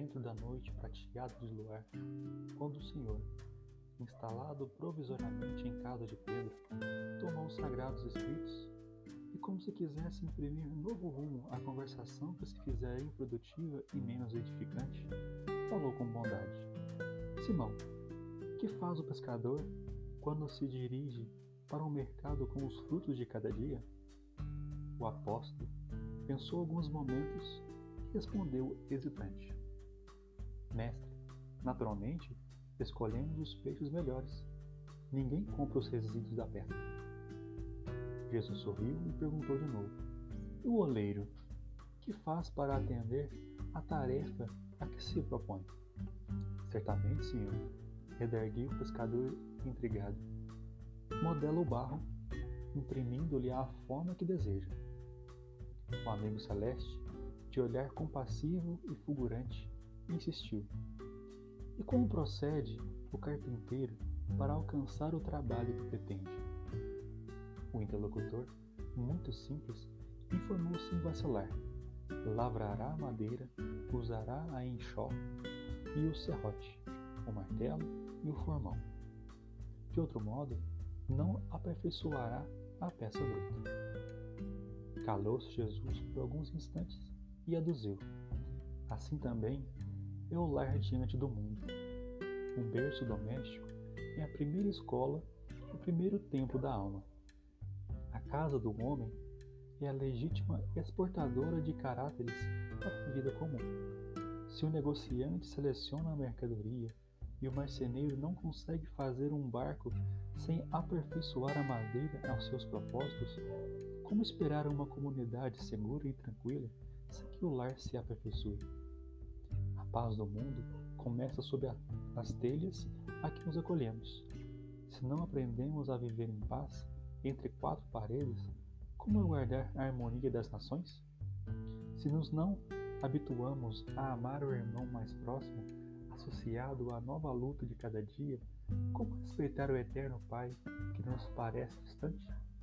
centro da noite prateada de luar, quando o Senhor, instalado provisoriamente em casa de Pedro, tomou os sagrados escritos e, como se quisesse imprimir novo rumo à conversação que se fizera improdutiva e menos edificante, falou com bondade: Simão, que faz o pescador quando se dirige para o mercado com os frutos de cada dia? O apóstolo pensou alguns momentos e respondeu hesitante: Mestre, naturalmente, escolhemos os peixes melhores. Ninguém compra os resíduos da pesca. Jesus sorriu e perguntou de novo: E o oleiro, que faz para atender à tarefa a que se propõe? Certamente, senhor, redarguiu o pescador intrigado. Modela o barro, imprimindo-lhe a forma que deseja. O amigo celeste, de olhar compassivo e fulgurante, insistiu: E como procede o carpinteiro para alcançar o trabalho que pretende? O interlocutor, muito simples, informou sem vacilar: lavrará a madeira, usará a enxó e o serrote, o martelo e o formão. De outro modo, não aperfeiçoará a peça bruta. Calou-se Jesus por alguns instantes e aduziu: Assim também é o lar diante do mundo. O berço doméstico é a primeira escola e o primeiro templo da alma. A casa do homem é a legítima exportadora de caráteres para a vida comum. Se o negociante seleciona a mercadoria e o marceneiro não consegue fazer um barco sem aperfeiçoar a madeira aos seus propósitos, como esperar uma comunidade segura e tranquila sem que o lar se aperfeiçoe? A paz do mundo começa sob as telhas a que nos acolhemos. Se não aprendemos a viver em paz entre quatro paredes, como aguardar a harmonia das nações? Se nos não habituamos a amar o irmão mais próximo, associado à nova luta de cada dia, como respeitar o eterno Pai que nos parece distante?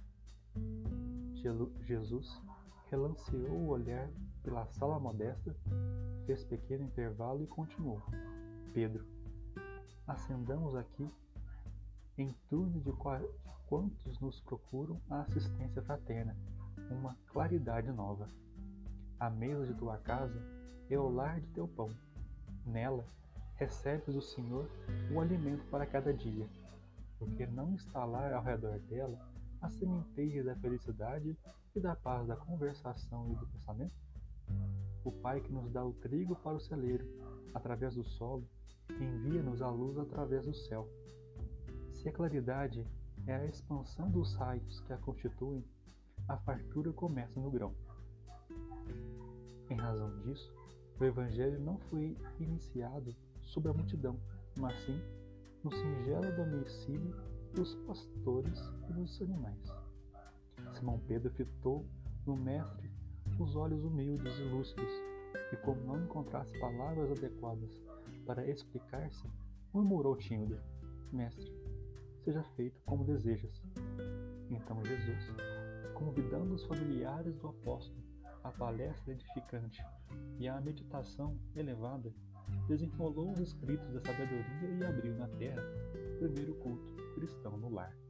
Jesus relanceou o olhar pela sala modesta, fez pequeno intervalo e continuou: Pedro, acendamos aqui, em torno de quantos nos procuram a assistência fraterna, uma claridade nova. A mesa de tua casa é o lar de teu pão. Nela recebes do Senhor o alimento para cada dia. Por que não instalar ao redor dela a sementeira da felicidade e da paz da conversação e do pensamento? O Pai que nos dá o trigo para o celeiro, através do solo, envia-nos a luz através do céu. Se a claridade é a expansão dos raios que a constituem, a fartura começa no grão. Em razão disso, o Evangelho não foi iniciado sobre a multidão, mas sim no singelo domicílio dos pastores e dos animais. Simão Pedro fitou no Mestre os olhos humildes e lúcidos, e como não encontrasse palavras adequadas para explicar-se, murmurou tímido: Mestre, seja feito como desejas. Então Jesus, convidando os familiares do apóstolo à palestra edificante e à meditação elevada, desenrolou os escritos da sabedoria e abriu na terra o primeiro culto cristão no lar.